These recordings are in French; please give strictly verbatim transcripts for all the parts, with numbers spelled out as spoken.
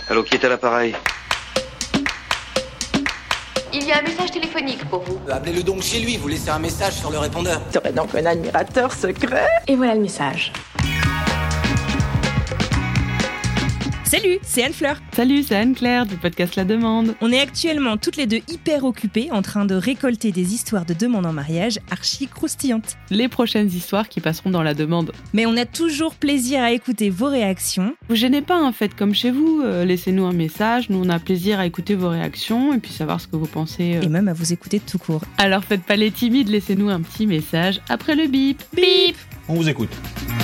Allô, qui est à l'appareil? Il y a un message téléphonique pour vous. Appelez-le donc chez lui, vous laissez un message sur le répondeur. Tu aurais donc un admirateur secret. Et voilà le message. Salut, c'est Anne-Fleur. Salut, c'est Anne-Claire du podcast La Demande. On est actuellement toutes les deux hyper occupées en train de récolter des histoires de demande en mariage archi croustillantes. Les prochaines histoires qui passeront dans La Demande. Mais on a toujours plaisir à écouter vos réactions. Vous gênez pas, hein, faites comme chez vous, euh, laissez-nous un message, nous on a plaisir à écouter vos réactions et puis savoir ce que vous pensez. Euh... Et même à vous écouter tout court. Alors faites pas les timides, laissez-nous un petit message après le bip. Bip. On vous écoute.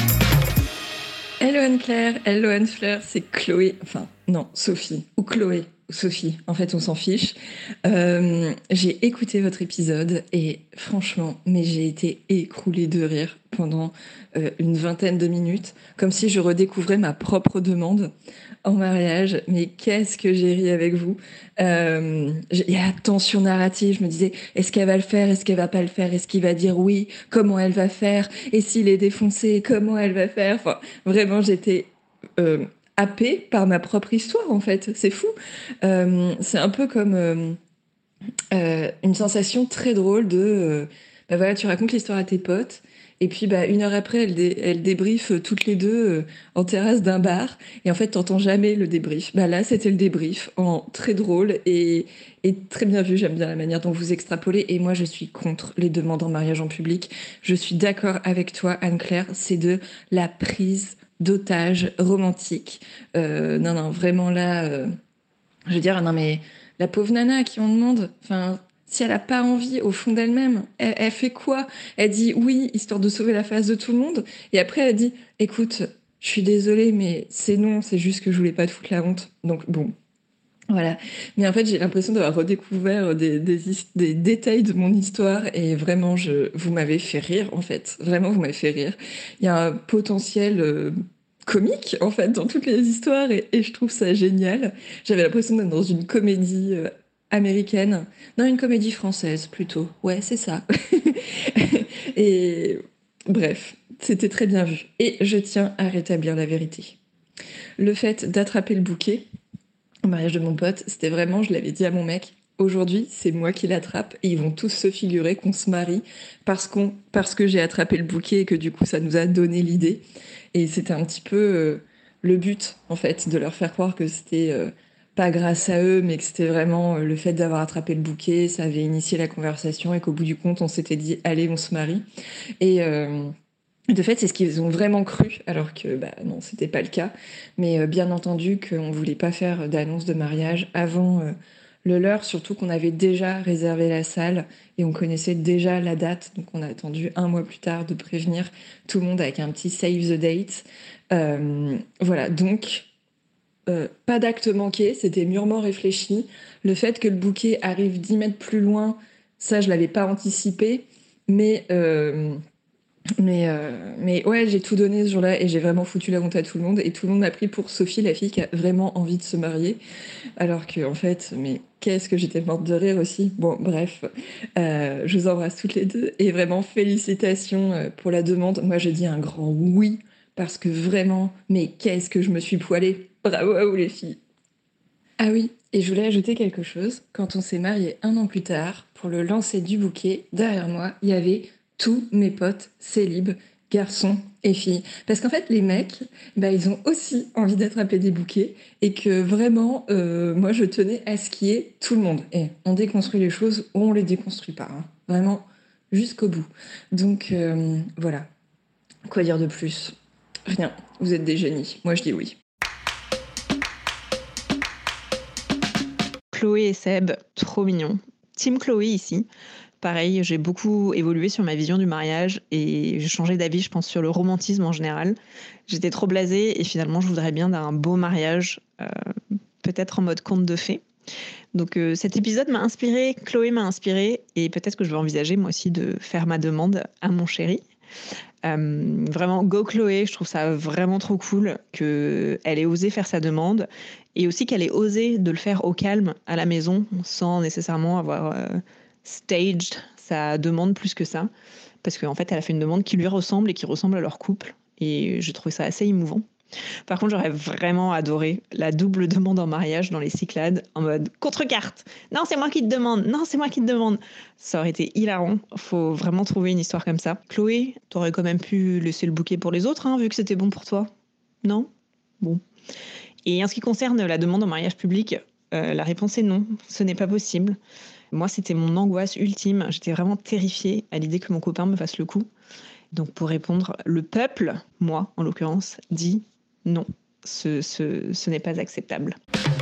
Hello Anne-Claire, hello Anne-Fleur, c'est Chloé, enfin non, Sophie, ou Chloé, ou Sophie, en fait on s'en fiche. Euh, j'ai écouté votre épisode et franchement, mais j'ai été écroulée de rire pendant euh, une vingtaine de minutes, comme si je redécouvrais ma propre demande en mariage. Mais qu'est-ce que j'ai ri avec vous. Euh, il y a la tension narrative, je me disais, est-ce qu'elle va le faire, est-ce qu'elle va pas le faire, est-ce qu'il va dire oui, comment elle va faire, et s'il est défoncé, comment elle va faire. Enfin, vraiment, j'étais euh, happée par ma propre histoire, en fait. C'est fou. Euh, c'est un peu comme euh, euh, une sensation très drôle de... Euh, bah voilà, tu racontes l'histoire à tes potes, et puis bah, une heure après, elles, dé- elles débriefent toutes les deux euh, en terrasse d'un bar, et en fait, t'entends jamais le débrief. Bah là, c'était le débrief, en très drôle et, et très bien vu. J'aime bien la manière dont vous extrapolez, et moi, je suis contre les demandes en mariage en public. Je suis d'accord avec toi, Anne-Claire, c'est de la prise d'otage romantique. Euh, non, non, vraiment là, euh, je veux dire, non mais la pauvre nana à qui on demande, enfin... Si elle n'a pas envie au fond d'elle-même, elle, elle fait quoi? Elle dit oui, histoire de sauver la face de tout le monde. Et après, elle dit, écoute, je suis désolée, mais c'est non, c'est juste que je voulais pas te foutre la honte. Donc bon, voilà. Mais en fait, j'ai l'impression d'avoir redécouvert des, des, des détails de mon histoire et vraiment, je, vous m'avez fait rire, en fait. Vraiment, vous m'avez fait rire. Il y a un potentiel... Euh, comique en fait dans toutes les histoires et, et je trouve ça génial. J'avais l'impression d'être dans une comédie euh, américaine, non une comédie française plutôt. Ouais, c'est ça. Et bref, c'était très bien vu. Et je tiens à rétablir la vérité. Le fait d'attraper le bouquet au mariage de mon pote, c'était vraiment, je l'avais dit à mon mec, aujourd'hui, c'est moi qui l'attrape et ils vont tous se figurer qu'on se marie parce, qu'on, parce que j'ai attrapé le bouquet et que du coup, ça nous a donné l'idée. Et c'était un petit peu euh, le but, en fait, de leur faire croire que c'était euh, pas grâce à eux, mais que c'était vraiment euh, le fait d'avoir attrapé le bouquet, ça avait initié la conversation et qu'au bout du compte, on s'était dit « allez, on se marie ». Et... Euh, De fait, c'est ce qu'ils ont vraiment cru, alors que bah, non, c'était pas le cas. Mais euh, bien entendu qu'on voulait pas faire d'annonce de mariage avant euh, le leur, surtout qu'on avait déjà réservé la salle et on connaissait déjà la date. Donc on a attendu un mois plus tard de prévenir tout le monde avec un petit save the date. Euh, voilà, donc euh, pas d'acte manqué, c'était mûrement réfléchi. Le fait que le bouquet arrive dix mètres plus loin, ça je l'avais pas anticipé, mais... Euh, Mais, euh, mais ouais, j'ai tout donné ce jour-là et j'ai vraiment foutu la honte à tout le monde. Et tout le monde m'a pris pour Sophie, la fille qui a vraiment envie de se marier. Alors que, en fait, mais qu'est-ce que j'étais morte de rire aussi. Bon, bref, euh, je vous embrasse toutes les deux. Et vraiment, félicitations pour la demande. Moi, je dis un grand oui, parce que vraiment, mais qu'est-ce que je me suis poilée. Bravo à vous, les filles. Ah oui, et je voulais ajouter quelque chose. Quand on s'est mariés un an plus tard, pour le lancer du bouquet, derrière moi, il y avait... tous mes potes célibes, garçons et filles. Parce qu'en fait, les mecs, bah, ils ont aussi envie d'attraper des bouquets et que vraiment, euh, moi, je tenais à ce qu'il y ait tout le monde. Et on déconstruit les choses ou on les déconstruit pas. Hein. Vraiment, jusqu'au bout. Donc, euh, voilà. Quoi dire de plus? Rien. Vous êtes des génies. Moi, je dis oui. Chloé et Seb, trop mignons. Team Chloé ici. Pareil, j'ai beaucoup évolué sur ma vision du mariage et j'ai changé d'avis, je pense, sur le romantisme en général. J'étais trop blasée et finalement, je voudrais bien d'un beau mariage, euh, peut-être en mode conte de fées. Donc euh, cet épisode m'a inspirée, Chloé m'a inspirée et peut-être que je vais envisager moi aussi de faire ma demande à mon chéri. Euh, vraiment, go Chloé, je trouve ça vraiment trop cool qu'elle ait osé faire sa demande et aussi qu'elle ait osé de le faire au calme à la maison sans nécessairement avoir... Euh, staged sa demande plus que ça parce qu'en fait elle a fait une demande qui lui ressemble et qui ressemble à leur couple et j'ai trouvé ça assez émouvant. Par contre, j'aurais vraiment adoré la double demande en mariage dans les Cyclades, en mode contre-carte. Non, c'est moi qui te demande. Non, c'est moi qui te demande. Ça aurait été hilarant. Faut vraiment trouver une histoire comme ça. Chloé, t'aurais quand même pu laisser le bouquet pour les autres, hein, vu que c'était bon pour toi. Non ? Bon. Et en ce qui concerne la demande en mariage public, euh, la réponse est non. Ce n'est pas possible. Moi, c'était mon angoisse ultime. J'étais vraiment terrifiée à l'idée que mon copain me fasse le coup. Donc, pour répondre, le peuple, moi en l'occurrence, dit non, ce, ce, ce n'est pas acceptable.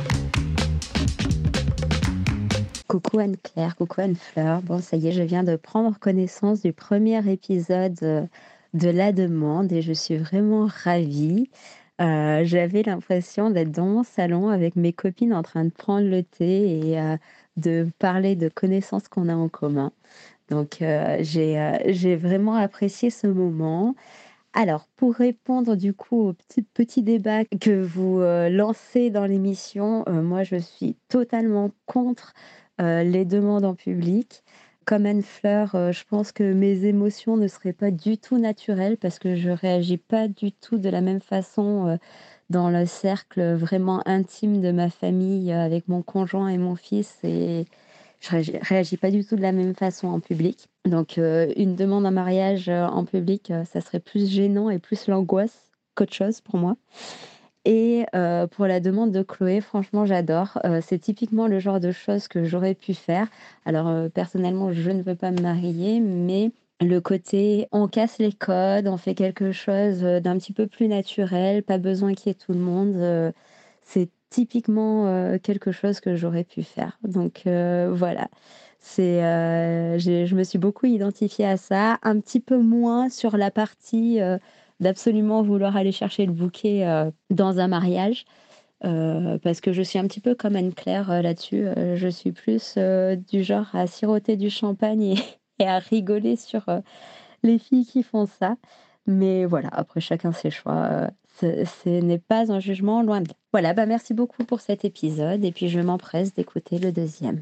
Coucou Anne-Claire, coucou Anne-Fleur. Bon, ça y est, je viens de prendre connaissance du premier épisode de La Demande et je suis vraiment ravie. Euh, j'avais l'impression d'être dans mon salon avec mes copines en train de prendre le thé et euh, de parler de connaissances qu'on a en commun. Donc, euh, j'ai, euh, j'ai vraiment apprécié ce moment. Alors, pour répondre du coup au petit, petit débat que vous euh, lancez dans l'émission, euh, moi je suis totalement contre euh, les demandes en public. Comme Anne-Fleur, euh, je pense que mes émotions ne seraient pas du tout naturelles parce que je ne réagis pas du tout de la même façon euh, dans le cercle vraiment intime de ma famille euh, avec mon conjoint et mon fils. Et je ne réagis pas du tout de la même façon en public. Donc, euh, une demande en mariage euh, en public, euh, ça serait plus gênant et plus l'angoisse qu'autre chose pour moi. Et euh, pour la demande de Chloé, franchement, j'adore. Euh, c'est typiquement le genre de choses que j'aurais pu faire. Alors, euh, personnellement, je ne veux pas me marier, mais le côté on casse les codes, on fait quelque chose d'un petit peu plus naturel, pas besoin qu'il y ait tout le monde, euh, c'est typiquement euh, quelque chose que j'aurais pu faire. Donc euh, voilà, c'est, euh, j'ai, je me suis beaucoup identifiée à ça, un petit peu moins sur la partie euh, d'absolument vouloir aller chercher le bouquet euh, dans un mariage, euh, parce que je suis un petit peu comme Anne-Claire euh, là-dessus. Euh, je suis plus euh, du genre à siroter du champagne et, et à rigoler sur euh, les filles qui font ça. Mais voilà, après chacun ses choix. Euh, ce, ce n'est pas un jugement, loin de là. Voilà, bah merci beaucoup pour cet épisode et puis je m'empresse d'écouter le deuxième.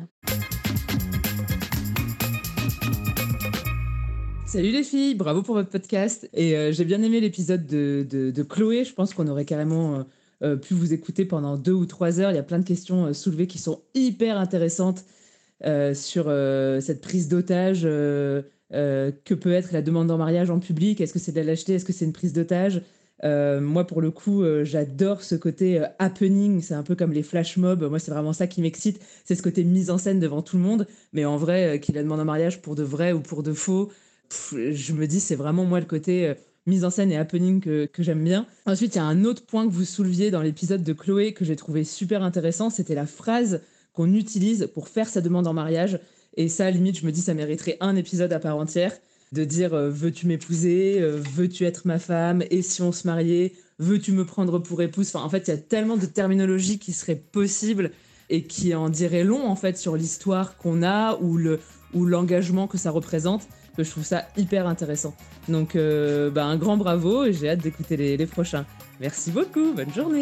Salut les filles, bravo pour votre podcast. Et euh, j'ai bien aimé l'épisode de, de, de Chloé. Je pense qu'on aurait carrément euh, euh, pu vous écouter pendant deux ou trois heures. Il y a plein de questions euh, soulevées qui sont hyper intéressantes euh, sur euh, cette prise d'otage. Euh, euh, que peut être la demande en mariage en public ? Est-ce que c'est de la lâcheté ? Est-ce que c'est une prise d'otage ? euh, Moi, pour le coup, euh, j'adore ce côté euh, happening. C'est un peu comme les flash mobs. Moi, c'est vraiment ça qui m'excite. C'est ce côté mise en scène devant tout le monde. Mais en vrai, euh, qu'il la demande en mariage pour de vrai ou pour de faux, pff, je me dis, c'est vraiment moi le côté... Euh, mise en scène et happening que, que j'aime bien. Ensuite, il y a un autre point que vous souleviez dans l'épisode de Chloé que j'ai trouvé super intéressant, c'était la phrase qu'on utilise pour faire sa demande en mariage. Et ça, limite, je me dis, ça mériterait un épisode à part entière, de dire euh, « veux-tu m'épouser euh, ? Veux-tu être ma femme ? Et si on se mariait ? Veux-tu me prendre pour épouse ?» Enfin, en fait, il y a tellement de terminologie qui serait possible et qui en dirait long, en fait, sur l'histoire qu'on a ou, le, ou l'engagement que ça représente, que je trouve ça hyper intéressant. Donc, euh, bah, un grand bravo et j'ai hâte d'écouter les, les prochains. Merci beaucoup, bonne journée.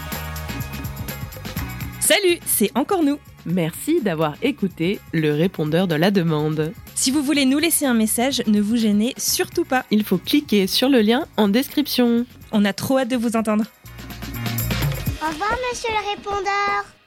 Salut, c'est encore nous. Merci d'avoir écouté le répondeur de la demande. Si vous voulez nous laisser un message, ne vous gênez surtout pas. Il faut cliquer sur le lien en description. On a trop hâte de vous entendre. Au revoir, monsieur le répondeur.